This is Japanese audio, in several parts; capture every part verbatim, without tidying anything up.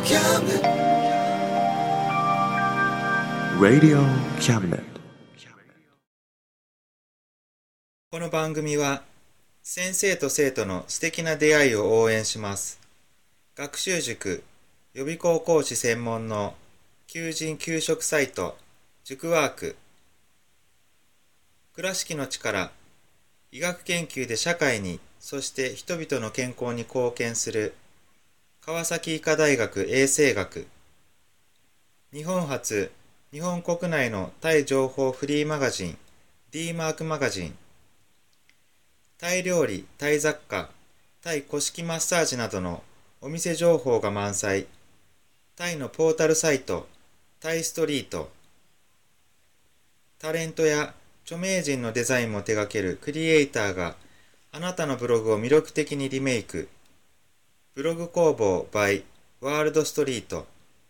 Radio Cabinet。 この番組は先生と生徒の素敵な出会いを応援します。学習塾予備校講師専門の求人・求職サイト塾ワーク。倉敷の力、医学研究で社会に、そして人々の健康に貢献する川崎医科大学衛生学。日本初、日本国内のタイ情報フリーマガジン D マークマガジン。タイ料理、タイ雑貨、タイ古式マッサージなどのお店情報が満載。タイのポータルサイト、タイストリート。タレントや著名人のデザインも手掛けるクリエイターがあなたのブログを魅力的にリメイク。ブログ工房 by ワールドストリート。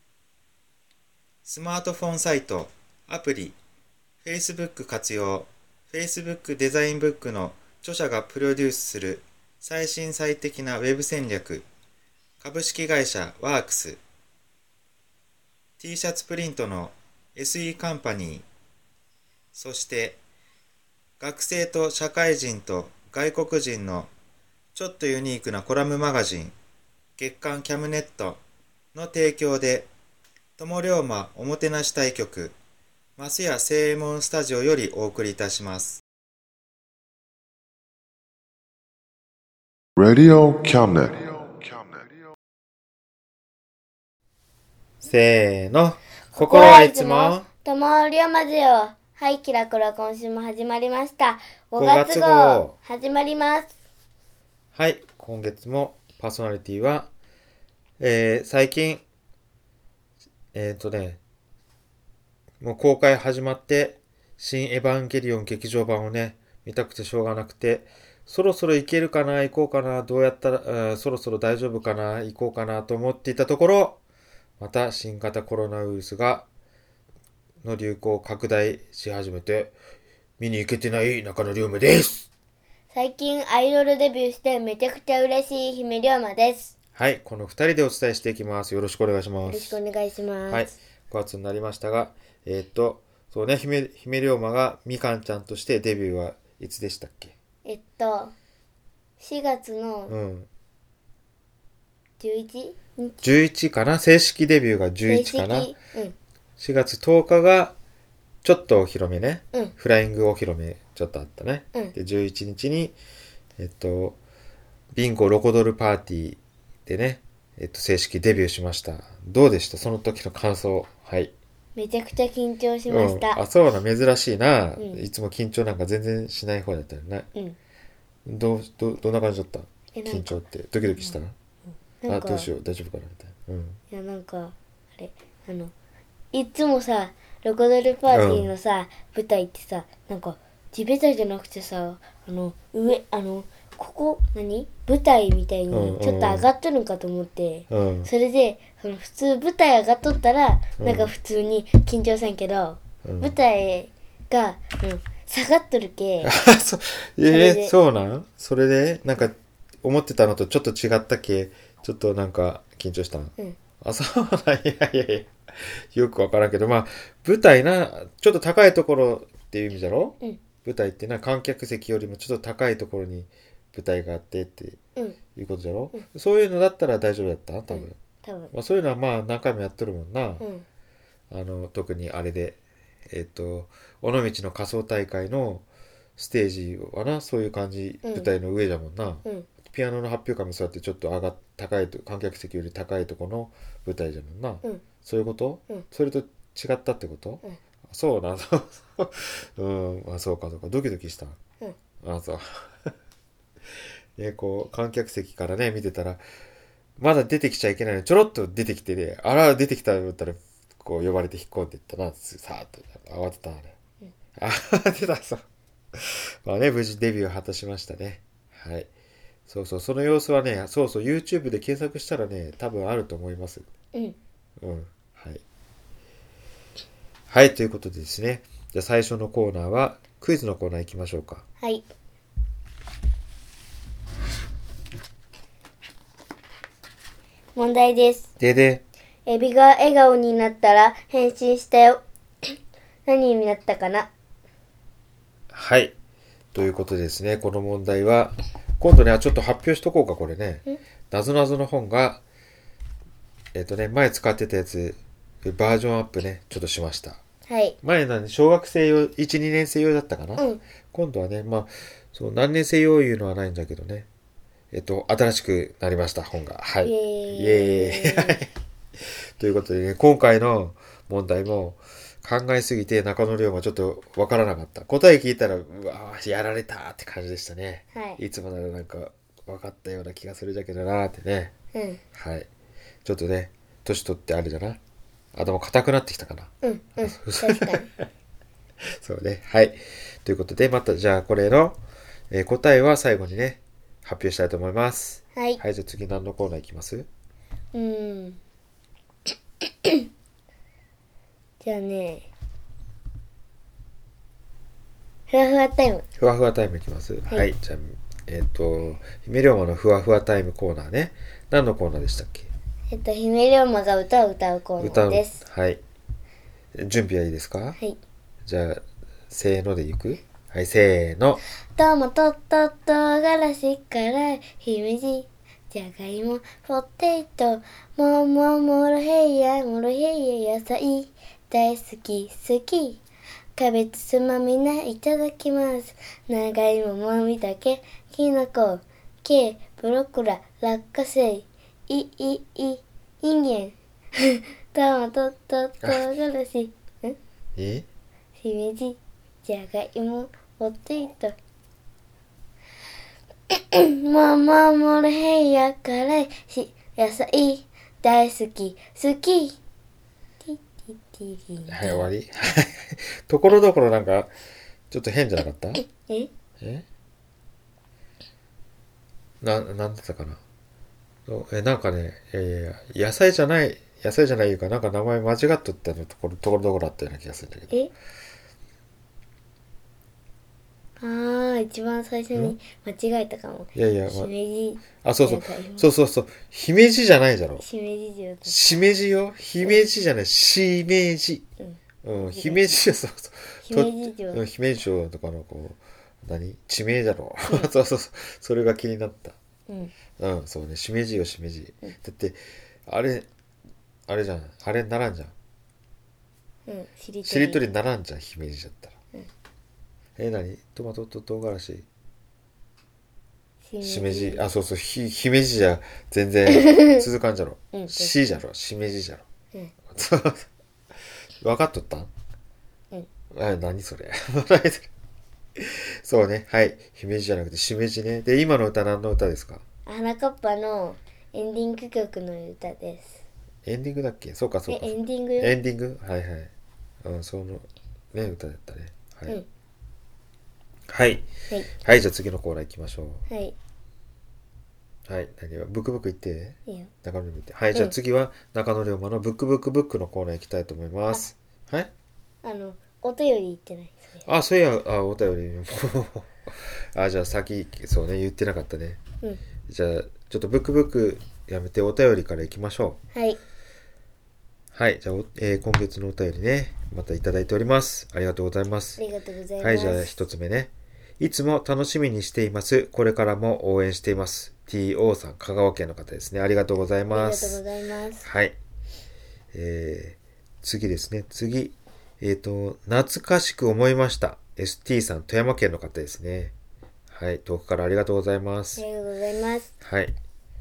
スマートフォンサイト、アプリ、Facebook 活用、Facebook デザインブックの著者がプロデュースする最新最適なウェブ戦略。株式会社ワークス。T シャツプリントの エスイー カンパニー。そして学生と社会人と外国人のちょっとユニークなコラムマガジン月刊キャムネットの提供で友龍馬おもてなし対局増屋正右衛門スタジオよりお送りいたします。 Radio Cabinet。 せーの、心はいつも友龍馬だよ。はい、キラコラ今週も始まりました。ごがつごがつ号始まります。 はい、今月もパーソナリティは、えー、最近えっとねもう公開始まって新エヴァンゲリオン劇場版をね見たくてしょうがなくて、そろそろ行けるかな行こうかなどうやったら、えー、そろそろ大丈夫かな行こうかなと思っていたところ、また新型コロナウイルスがの流行を拡大し始めて見に行けてない中野龍馬です。 最近アイドルデビューしてめちゃくちゃ嬉しい姫龍馬です。 はい、このふたりでお伝えしていきます。よろしくお願いします。 よろしくお願いします。 はい、ごがつになりましたが、えー、っとそうね、姫姫龍馬がみかんちゃんとしてデビューはいつでしたっけ？ えっとしがつうのんじゅういちにち、 じゅういちかな、正式デビューがじゅういちかな。 正式、うんしがつとおかがちょっとお披露目ね、 うんフライングお披露目ちょっとあったね、 うんでじゅういちにちにえっとビンゴロコドルパーティーでね、えっと正式デビューしました。どうでしたその時の感想？はい。 めちゃくちゃ緊張しました。 うん、あ、そうな、珍しいな、 うん、 いつも緊張なんか全然しない方だったよね。 うんどうどどんな感じだった？ えなんか緊張ってドキドキした、 うん、なんかあ、どうしよう大丈夫かなみたいな。うん。 いやなんかあれあのいつもさロコドルパーティーのさ、うん、舞台ってさなんか地べたじゃなくてさあの上あのここ何舞台みたいにちょっと上がっとるんかと思って、うん、それでその普通舞台上がっとったら、うん、なんか普通に緊張せんけど、うん、舞台が、うん、下がっとるけそえー、そうなんそれでなんか思ってたのとちょっと違ったけちょっとなんか緊張したん、うん、あ、そうなんいやいやいやよくわからんけど、まあ舞台なちょっと高いところっていう意味だろ、うん、舞台ってな観客席よりもちょっと高いところに舞台があってっていうことだろ、うん、そういうのだったら大丈夫だった多分、うん、多分まあ、そういうのはまあ何回もやっとるもんな、うん、あの特にあれでえっと尾道の仮装大会のステージはなそういう感じ、舞台の上だもんな、うん、ピアノの発表会もそうやってちょっと上がっ高いと観客席より高いところの舞台じゃもんな、うん、そういうこと、うん、それと違ったってこと、うん、そうなのうん、あ、そうかそうかドキドキした、うん、あ、そうね、こう観客席からね見てたらまだ出てきちゃいけないのにちょろっと出てきてね、あら出てきたと思ったらこう呼ばれて引っ込んでいったな、さーっと慌てたね、うん、あ出たそうまあね無事デビューを果たしましたね。はい、そうそう、その様子はね、そうそう YouTube で検索したらね多分あると思います。うんうんはいはいということでですね、じゃあ最初のコーナーはクイズのコーナー行きましょうか。 はい。問題です。 ででエビが笑顔になったら変身したよ。何になったかな。 はい。ということでですね、この問題は、今度ね、ちょっと発表しとこうか、これね。なぞなぞの本が、えっとね、前使ってたやつ、バージョンアップね、ちょっとしました。 はい。 前なんで、小学生用、いち、にねん生用だったかな。 うん。 今度はね、まあ、そう何年生用いうのはないんだけどね。えっと、新しくなりました、本が。はい。 イエーイ。 イエーイ。ということでね、今回の問題も考えすぎて中野龍馬ちょっとわからなかった。答え聞いたら、うわーやられたって感じでしたね。 はい。 いつもならなんか分かったような気がするじゃけどなーってね。 うん。 はい。ちょっとね、年取ってあれだな。頭硬くなってきたかな。 うん。うん。確かに。 そうね。はい。ということで、またじゃあこれの、えー答えは最後にね、発表したいと思います。 はい。 はい、じゃあ次何のコーナーいきます？ うーん。じゃあね、ふわふわタイム。 ふわふわタイムいきます。はい。 はいじゃあ、えっ、と、姫龍馬のふわふわタイムコーナーね。何のコーナーでしたっけ？ えっと、姫龍馬が歌を歌うコーナ歌う。 ーです。 はい。準備はいいですか？ はい。 じゃあ、せーのでいく？はい、せーの。 トマトと唐辛子から姫路じゃがいもポテトももモロヘイヤモロヘイヤ野菜大好き好きキャベツつまみないただきます長芋もみたけきのこケイブロッコラ落花生いいいいんげんトマトと唐辛子んえ姫路じゃがいもポテトももモロヘイヤ辛いし野菜大好き好きティティティリンはい、終わりところどころなんか、ちょっと変じゃなかったええな、なんだったかなそうえ、なんかね、えー、野菜じゃない、野菜じゃないいうか、なんか名前間違っとったのところ、ところどころあったような気がするんだけど。 えあー一番最初に間違えたかもいやいや、ましめじあ、そうそうじゃがい。もそうそうそう。姫路じゃないじゃろ。 しめじじょうだしめじよ。姫路じゃない。しめじ。 うんうん、姫路じゃ、そうそう。 姫路城とうん姫路城とかのこう、何地名じゃろ。そうそうそう。それが気になった。 うんうん、そうね。しめじよ、しめじ。だって、あれ、あれじゃん。あれならんじゃん。 うんしりとりしりとりならんじゃん、姫路だったら。 うんえ、何トマトと唐辛子ししめじ。あ、そうそう。ひ、姫路じゃ全然続かんじゃろ。 うんしじゃろ。しめじじゃろ。 うんそう分かっとったんうんあ、何それ。そうね。はい。姫路じゃなくてしめじね。で、今の歌何の歌ですか？ 花かっぱのエンディング曲の歌ですエンディングだっけ？そうかそうえか。 エンディングよエンディングはいはい。うん、その、ね、歌だったね。はい。 うんはい。 はいはい、じゃあ次のコーナー行きましょはい。 う。はい。何はブクブク言って。 いいよ。 中野龍馬言って。はい、じゃあ次は中野龍馬のブックブックブックのコーナー行きたいと思います。はいあの、お便り言ってない。それあ、そういや、あ、お便り。あ、じゃあ先、そうね、言ってなかったね。 うん。 じゃあ、ちょっとブックブックやめてお便りから行きましょう。 はい。 はい、じゃあ、おえー今月のお便りね、またいただいております。ありがとうございますあ。りがとうございます。 はい、じゃあ一つ目ね。いつも楽しみにしています。これからも応援しています。ティーオー さん、香川県の方ですね。ありがとうございありがとうます。 ございます。 はい。えー、次ですね。次。えっ、と、懐かしく思いました。エスティー さん、富山県の方ですね。はい。遠くからありがとうございまあす。 りがとうございます。 はい。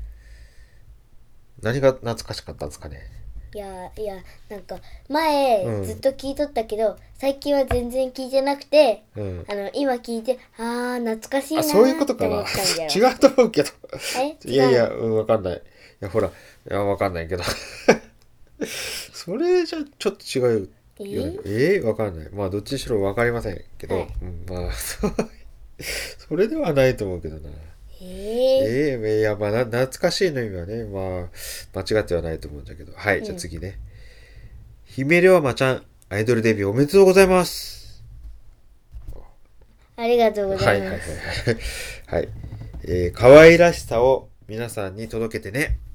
何が懐かしかったんですかね。 いや、いや、なんか、前、 うんずっと聞いとったけど、最近は全然聞いてなくて、 うん。 あの、今聞いて、あー、懐かしいなあ、 ーそういうことかって思な。 ったんだよ。 違うと思うけど。 えいやいや、 違ううん、わかんない。いや、ほら、いや、わかんないけど。それじゃ、ちょっと違うよね。 えーえーわかんない。まあ、どっちにしろわかりませんけど、 はいうん、まあ、そうそれではないと思うけどな。 えー、 ええいや、まあ、な懐かしいの意味はね、まあ、間違ってはないと思うんだけど。はい、じゃあ次ね。姫龍馬ちゃん、アイドルデビューおめでとうございます。 ありがとうござはいいはいはいます。 はい。はい。えー、可愛らしさを皆さんに届けてね。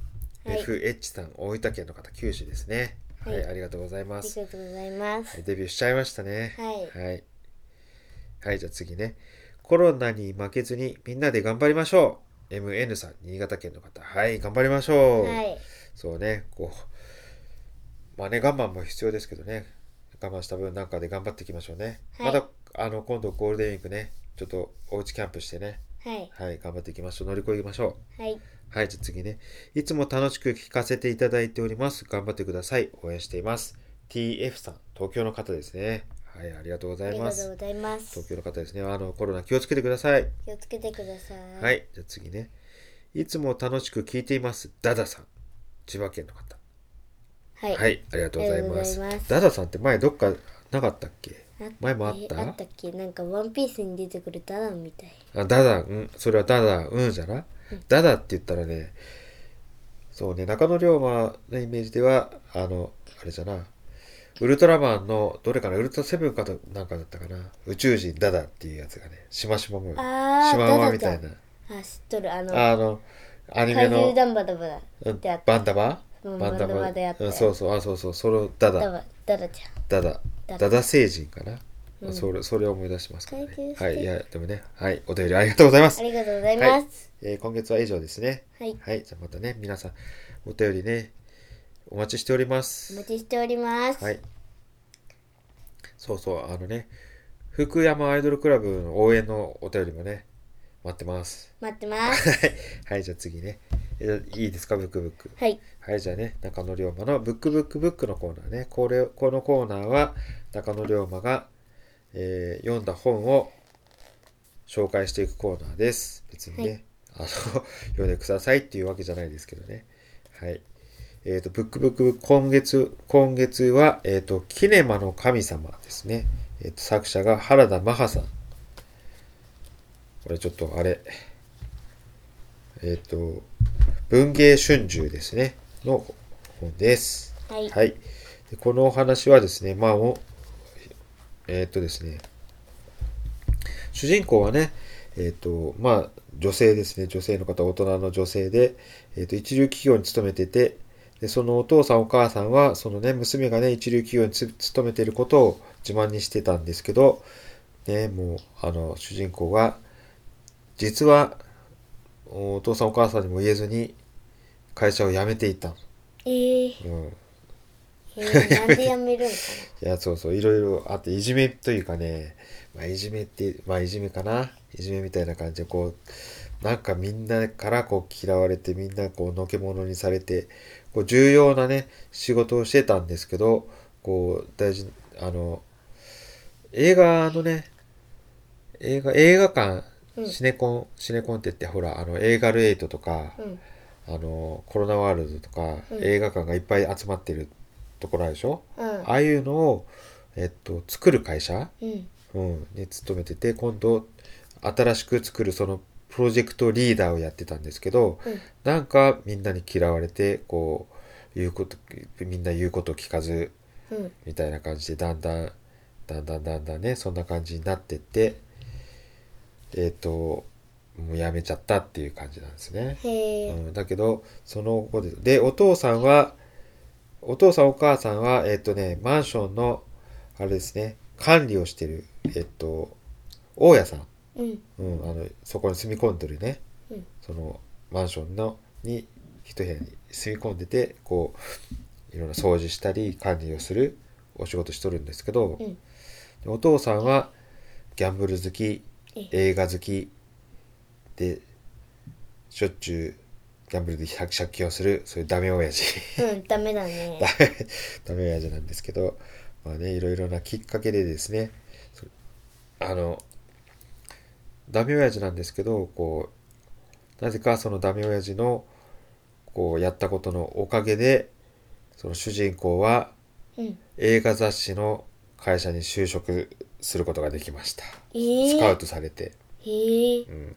はいエフエイチ さん、大分県の方、九州ですね。はい、 はいありがとうございまありす。 がとうございます。 デビューしちゃいましたね。 はいはい。はい、じゃあ次ね。コロナに負けずにみんなで頑張りましょう。エムエヌ さん、新潟県の方。はい、頑張りましょう。 はい。 そうね、こう、まあね、我慢も必要ですけどね。我慢した分なんかで頑張っていきましょうね。 はいまた、あの、今度ゴールデンウィークね、ちょっとおうちキャンプしてね。 はい。 はい、頑張っていきましょう。乗り越えましょう。 はい。 はい、じゃあ次ね。いつも楽しく聞かせていただいております。頑張ってください。応援しています。ティーエフ さん、東京の方ですね。はい、ありがとうござあいます。 りがとうございます。 東京の方ですね。あの、コロナ気をつけてください。 気をつけてください。 はい、じゃあ次ね。いつも楽しく聞いています。ダダさん、千葉県の方。 はい。 はい、ありがとうございます。 ありがとうございますダダさんって前どっかなかったっけ？ あ前もあった？ えあったっけ？なんかワンピースに出てくるダダンみたい。 あ、ダダ、うん、それはダダ、うんじゃな、ダダって言ったらね、そうね、中野龍馬のイメージでは、あの、あれじゃな、ウルトラマンの、どれかな、ウルトラセブンかとなんかだったかな、宇宙人ダダっていうやつがね、しましまも、 あーしま馬ダダみたいな、 あ、知っとる。あの、 あの、アニメの怪獣、ダンバダバだうんってあった。 バンダバうんバンダバンダバでやったようん、そうそう、あ、そうそう、それをダダ、 ダバ、ダダちゃん。 ダダ、 ダダダダ星人かな。 うんそれ、それを思い出しますからね怪獣。してはい、いや、でもね、はい、お便りありがとうございます。 ありがとうございはいます。、 えー今月は以上ですね。 はい。 はい、じゃあまたね、皆さん、お便りね、お待ちしておりまおす。 待ちしております。 はい。そうそう、あのね、福山アイドルクラブの応援のお便りもね、待ってます。 待ってます。 はい、はいじゃあ次ね。えいいですか、ブックブック。 はい。 はい、じゃあね、中野龍馬のブックブックブックのコーナーね。これ、このコーナーは、中野龍馬が、えー読んだ本を紹介していくコーナーです。別にね、あの、読んでくださいっていうわけじゃないですけどね。はい。えっ、と、ブックブックブック、今月、今月は、えっ、と、キネマの神様ですね。えっ、と、作者が原田マハさん。これちょっとあれ、えっ、と、文芸春秋ですね。の本です。 はい。 はい。でこのお話はですね、まあ、おえっ、とですね、主人公はね、えっ、と、まあ、女性ですね。女性の方、大人の女性で、えっ、と、一流企業に勤めてて、で、そのお父さんお母さんは、そのね、娘がね、一流企業につ勤めていることを自慢にしてたんですけど、ね、もう、あの、主人公が、実は、お父さんお母さんにも言えずに、会社を辞めていたの。 えー、 うん。 えー、なんでやめるんかいや、そうそう、いろいろあって、いじめというかね、まあ、いじめって、まあ、いじめかな。いじめみたいな感じで、こう、なんかみんなからこう嫌われて、みんなこうのけ者にされて、こう重要なね、仕事をしてたんですけど、こう、大事、あの、映画のね、映画、映画館、 うんシネコン、シネコンって言って、ほら、あの、映画ルエイトとか、 な。うん。 あの、コロナワールドとか、 うん映画館がいっぱい集まってるところあるでしょ、 うん。 ああいうのを、えっと、作る会社、 うん。 うん、に勤めてて、今度、新しく作るそのプロジェクトリーダーをやってたんですけど、 うん。 なんかみんなに嫌われて、こう、言うこと、みんな言うこと聞かず、 うん。 みたいな感じで、だんだん、だんだんだんだんね、そんな感じになってって、えっと、もうやめちゃったっていう感じなんですね。 へえ。 うん、だけど、その後で、で、お父さんは、お父さんお母さんは、えっとね、マンションの、あれですね、管理をしてる、えっと、大家さん、 うん。 うん、あの、そこに住み込んでるね、 うん。 その、マンションの、に、一部屋に住み込んでて、こう、いろんな掃除したり、管理をするお仕事しとるんですけど、 うん。 でお父さんは、ギャンブル好き、 え映画好き、で、しょっちゅう、ギャンブルで借金をする、そういうダメ親父。 うん、ダメだね。 ダメ、ダメ親父なんですけど、まあね、いろいろなきっかけでですね、そあの、ダメ親父なんですけど、こう、なぜかそのダメ親父の、こう、やったことのおかげで、その主人公はうん。 映画雑誌の会社に就職することができました。 えー、 スカウトされて。 へえ。 うん。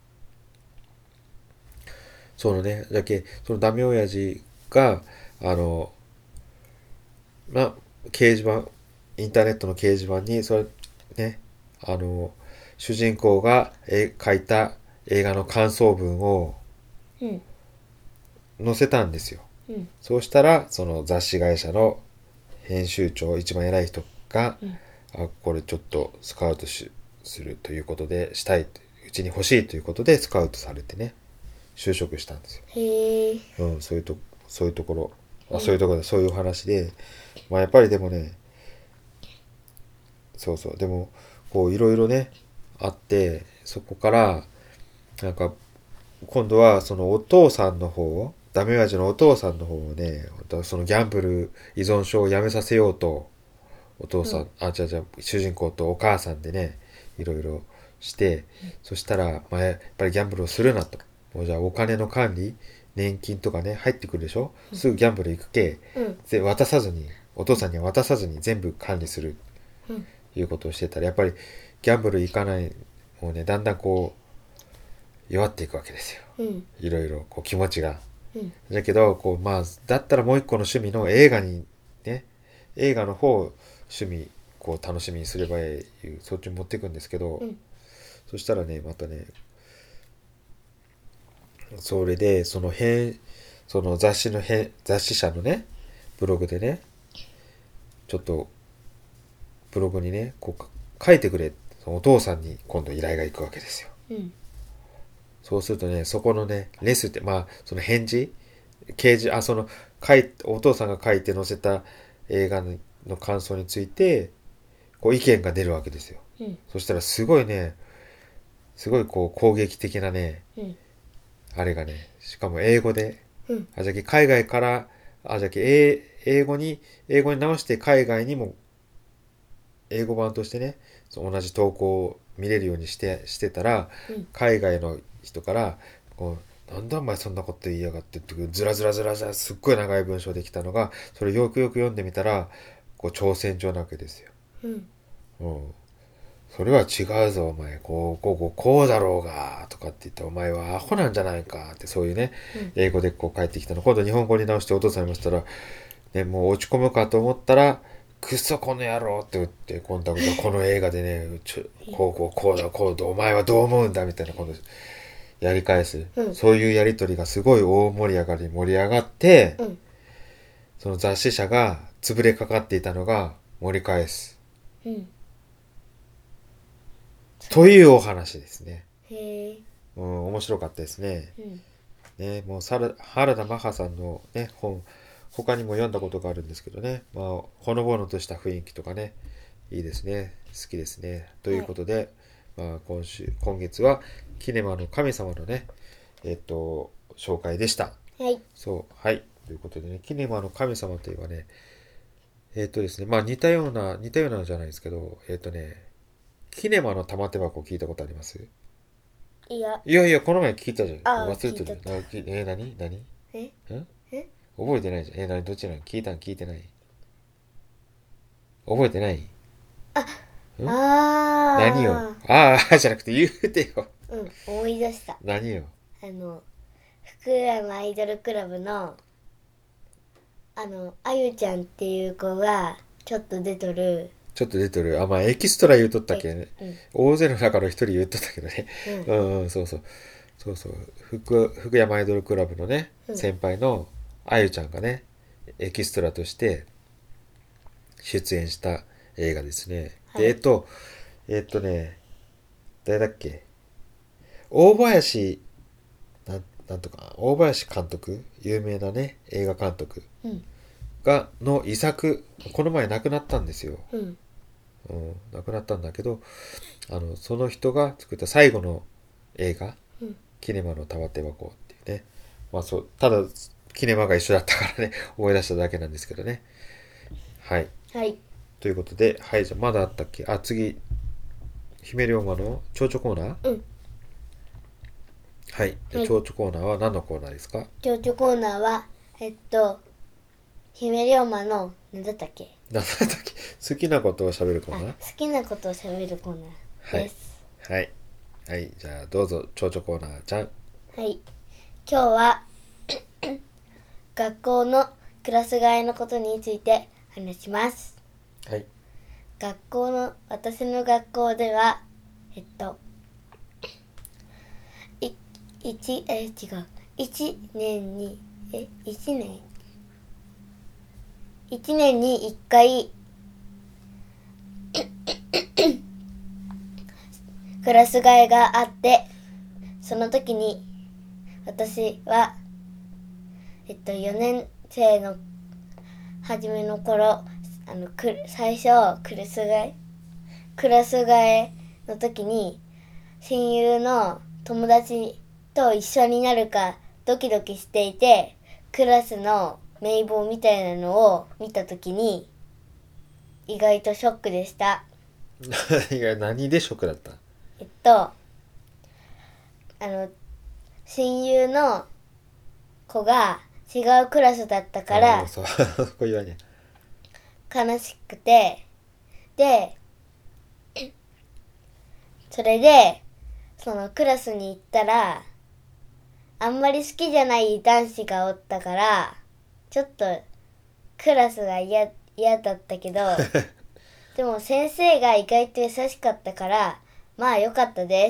そのね、だけ、そのダメ親父が、あの、まあ、掲示板、インターネットの掲示板に、それ、ね、あの、主人公がえ書いた映画の感想文を、 うん。 載せたんですよ。 うん。 そうしたらその雑誌会社の編集長、一番偉い人が、 うん、 あこれちょっとスカウトしするということでしたい、うちに欲しいということでスカウトされてね、就職したんですよ。 へえ。 うん、そういうとそういうところ、あ、そういうところでそういう話で、まあやっぱりでもね、そうそう、でもこういろいろねあって、そこからなんか今度はそのお父さんの方を、ダメ親父のお父さんの方をね、そのギャンブル依存症をやめさせようと、お父さん、 うん、 あ、じゃじゃ主人公とお母さんでね、いろいろして、そしたら、まあ、やっぱりギャンブルをするなと。もうじゃあお金の管理、年金とかね、入ってくるでしょ、すぐギャンブル行くけ、 うん、 で渡さずに、お父さんには渡さずに全部管理する、 うん、 いうことをしてたら、やっぱりギャンブル行かない、もうね、だんだんこう、弱っていくわけですよ。 うん、 いろいろこう気持ちが。 うん、 だけど、こう、まあ、だったらもう一個の趣味の映画に、ね、映画の方を趣味、こう楽しみにすればいいいう、そっちに持っていくんですけど、 うん、 そしたらね、またね、それで、その編、その雑誌の編、雑誌社のね、ブログでね、ちょっと、ブログにね、こう、書いてくれ、そのお父さんに今度依頼が行くわけですよ。 うん、 そうするとね、そこのね、レスって、まあ、その返事、掲示、あ、その、書い、お父さんが書いて載せた映画の感想について、こう意見が出るわけですよ。 うん、 そしたらすごいね、すごいこう攻撃的なね、 うん、 あれがね、しかも英語で、 うん、 あ、じゃけ海外から、あ、じゃけ英英語に、英語に直して海外にも英語版としてね、その同じ投稿を見れるようにして、してたら、 うん、 海外の人から、こう、なんだお前そんなこと言いやがってって、ずらずらずらずら、すっごい長い文章できたのが、それよくよく読んでみたら、こう、挑戦状なわけですよ。 うん、 うん。それは違うぞ、お前。こう、こう、こう、こうだろうが、とかって言って、お前はアホなんじゃないか、って、そういうね、 うん、 英語でこう帰ってきたの。今度日本語に直してお父さんに言いましたら、ね、もう落ち込むかと思ったら、くそこの野郎って言って、今度はこの映画でね、ちょこうこうこうだこうだ、お前はどう思うんだみたいな、今度やり返す。 うん、 そういうやりとりがすごい大盛り上がり盛り上がって、 うん、 その雑誌社が潰れかかっていたのが盛り返す。 うん。 というお話ですね。 へえ。 うん、面白かったですね。 うん、 ね、もうサラ原田マハさんのね、本、他にも読んだことがあるんですけどね、まあ、ほのぼのとした雰囲気とかね、いいですね。好きですね。ということで、まあ、今週、今月は、キネマの神様のね、えっと、紹介でした。 はい。 そう、はい。ということでね、キネマの神様といえばね、えっとですね、まあ似たような、似たようなのじゃないですけど、えっとね、キネマの玉手箱聞いたことあります？ いや。 いやいや、この前聞いたじゃん。 あー忘れてる聞いたなきえー、何何んええ覚えてないじゃん。えー、何どっちなの聞いたん聞いてない覚えてない？んあ何よ。 あ。 ああ、じゃなくて言うてよ。 うん、思い出した。 何よ。 あの、福山アイドルクラブの、あの、あゆちゃんっていう子が、ちょっと出とる。 ちょっと出てる。あ、まあ、エキストラ言うとったっけね。 うん、 大勢の中の一人言うとったけどね。 ううんうん、そうそう。そうそう。福、福山アイドルクラブのね、 うん先輩のあゆちゃんがね、エキストラとして出演した映画ですね。 はいで、えっと、えっとね、誰だっけ大林、なん、なんとか、大林監督、有名なね、映画監督うん、 が、の遺作、この前亡くなったんですよ。 うん、 うん、亡くなったんだけど、あの、その人が作った最後の映画、 うん、 キネマの玉手箱っていうね。まあそう、ただ、キネマが一緒だったからね、思い出しただけなんですけどね。はい。 はい。 ということで、はい、じゃあまだあったっけあ、次、姫龍馬の蝶々コーナーうん。 はい。 はい蝶々コーナーは何のコーナーですか？ 蝶々コーナーは、えっと、姫龍馬の、なんだったっけ何だったっけ好きなことを喋るコーあ、 ナー好きなことを喋るコーナーです。 はい。はい。じゃあ、どうぞ、蝶々コーナーちゃん。 はい。今日は、学校のクラス替えのことについて話します。 はい。 学校の、私の学校では、えっと、い、一、え、違う。一年に、 え、一年一年に一回クラス替えがあって、その時に私はえっとよねん生の初めの頃、あのく最初クラス替えクラス替えの時に親友の友達と一緒になるかドキドキしていて、クラスの名簿みたいなのを見た時に意外とショックでした。 いや、何でショックだった？ えっとあの親友の子が違うクラスだったからあ、そうそこ言わね悲しくて、でそれでそのクラスに行ったらあんまり好きじゃない男子がおったから、ちょっとクラスが嫌嫌だったけどでも先生が意外と優しかったからまあ良かったです。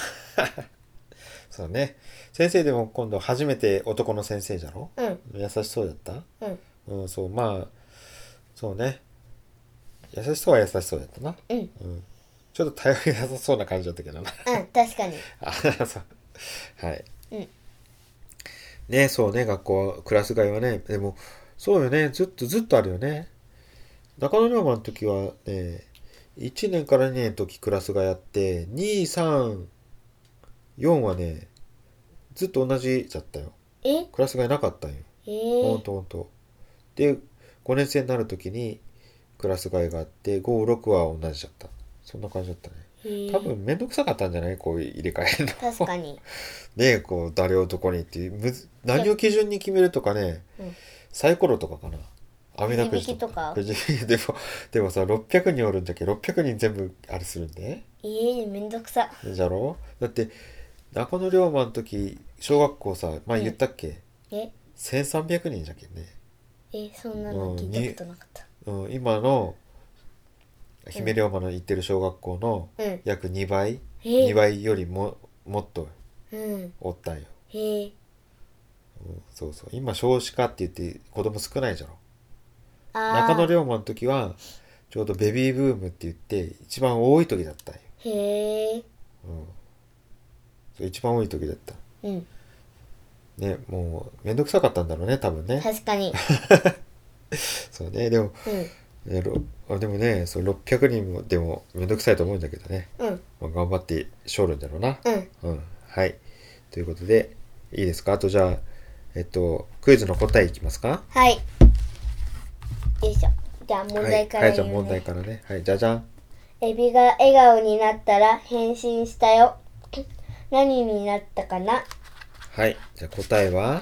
そうね。先生でも今度初めて男の先生じゃろ？ うん。 優しそうだった？ うん。 うん、そう、まあ、そうね。優しそうは優しそうだったな。 うん。 うん。ちょっと頼りなさそうな感じだったけどな。 うん、確かに。 あ、そう。はい。 うん。 ね、そうね、学校は、クラス替えはね、でも、そうよね、ずっとずっとあるよね。中野龍馬の時はね、いちねんからにねんの時クラス替えあって、に、さん、よんはね、ずっと同じじゃったよ。 えクラス替えなかったんよ。 えー、 ほんとほんと。で、ごねん生になる時にクラス替えがあって、ご、ろくは同じだった。そんな感じだったね。 えー、 多分めんどくさかったんじゃない？こういう入れ替えるの。 確かに。 ねえ、こう、誰をどこにっていう、むず何を基準に決めるとかね、 うん、 サイコロとかかな。網だくじとか。 くじ引きでも、でもさ、ろっぴゃくにんおるんだけど、ろっぴゃくにん全部あれするんで。 えー、めんどくさ。 じゃろ？だって、中野龍馬の時、小学校さ、前言ったっけ？ うん、えせんさんびゃくにんじゃけんね。 え、そんなの聞いたことなかった。 うん、今の姫龍馬の行ってる小学校の約にばい、 うん、にばいよりももっとうん、 おったんよ。 へえ、 うん、そうそう。今少子化って言って子供少ないじゃろ。 あ中野龍馬の時はちょうどベビーブームって言って一番多い時だったんよ。 へえ、 うん、一番多い時だった。 うん。 ね、もうめんどくさかったんだろうね、多分ね。 確かに。 そうね、でも、 うん、 ね、ろでもね、そうろっぴゃくにんもでもめんどくさいと思うんだけどね。 うん、 まあ、頑張ってしょるんだろうな。 うん。 うん。はい。ということで、いいですか？あとじゃあ、えっと、クイズの答えいきますか？ はい。よいしょ。じゃあ問題からはい、はい、じゃあ言うね。 問題からね。はい、じゃじゃん。 エビが笑顔になったら変身したよ。何になったかな？ はい、じゃあ答えは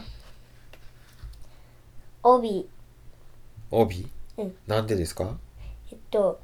帯。 帯？ うん。 なんでですか？ えっと、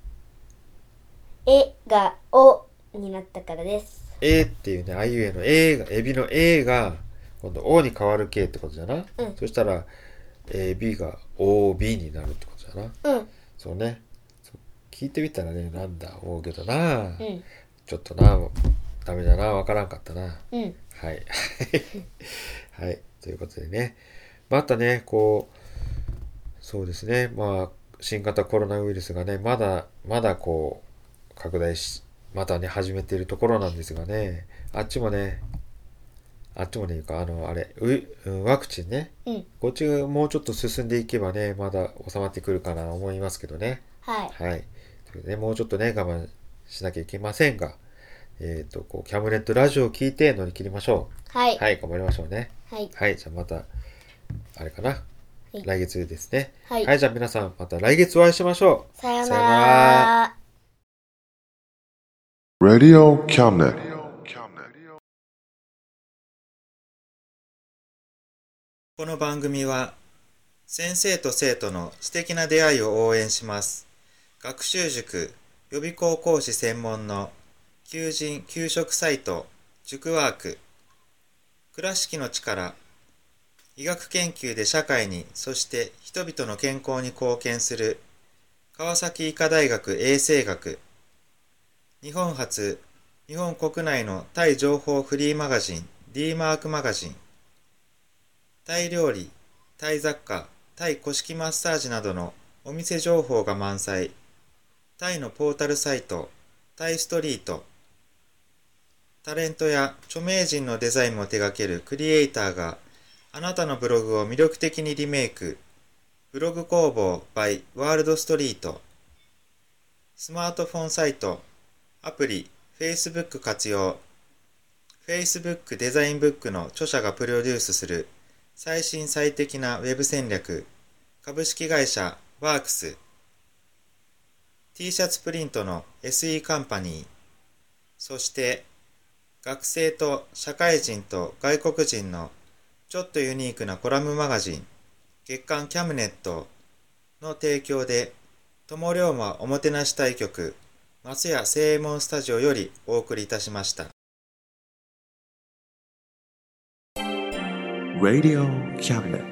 えがおになったからです。 えっていうね、あいうえのえが、エビのえが、今度おに変わる系ってことじゃな。 うん。 そしたら、エビがおびになるってことじゃな。 うん。 そうね。そう聞いてみたらね、なんだ思うけどな。 うん。 ちょっとな、ダメだな、わからんかったな。 うん。 はい。はい。ということでね。またね、こう、そうですね。まあ、新型コロナウイルスがね、まだ、まだこう、拡大し、またね、始めているところなんですがね、あっちもね、あっちもね、いうか、あの、あれ、うワクチンね、 うん。 こっちがもうちょっと進んでいけばね、まだ収まってくるかな思いますけどね。 はい。 はい。ということでね、もうちょっとね、我慢しなきゃいけませんが、えっと、こう、キャムネットラジオを聞いて乗り切りましょう。 はい。 はい、頑張りましょうね。 はい。 はい、じゃあまた、あれかな。 はい、 来月ですね。 はい。 はい、じゃあ皆さん、また来月お会いしましょう。 さよなさよなら。 ら。 Radio Cabinet. この番組は先生と生徒の素敵な出会いを応援します。学習塾予備校講師専門の求人・給食サイト塾ワーク、倉敷の力、医学研究で社会に、そして人々の健康に貢献する川崎医科大学衛生学、日本初、日本国内のタイ情報フリーマガジン D マークマガジン、 タイ料理、タイ雑貨、タイ古式マッサージなどのお店情報が満載。タイのポータルサイト、タイストリート。タレントや著名人のデザインも手掛けるクリエイターがあなたのブログを魅力的にリメイク。ブログ工房 by ワールドストリート。スマートフォンサイト、アプリ、Facebook 活用。Facebook デザインブックの著者がプロデュースする最新最適なウェブ戦略。株式会社ワークス。T シャツプリントの エスイー カンパニー。そして学生と社会人と外国人のちょっとユニークなコラムマガジン月刊キャムネットの提供で友龍馬おもてなし対局松屋正右衛門スタジオよりお送りいたしました。 Radio Cabinet.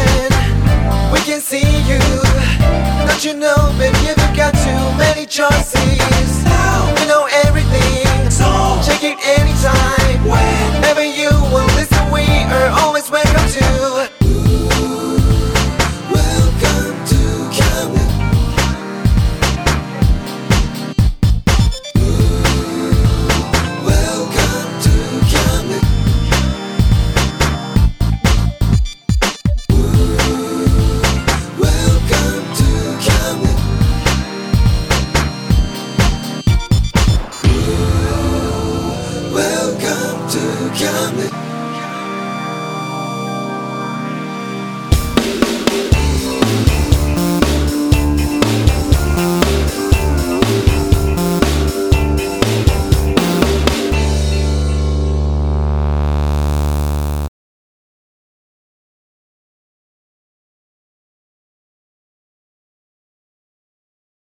See you, don't you know, baby, you've got too many choices.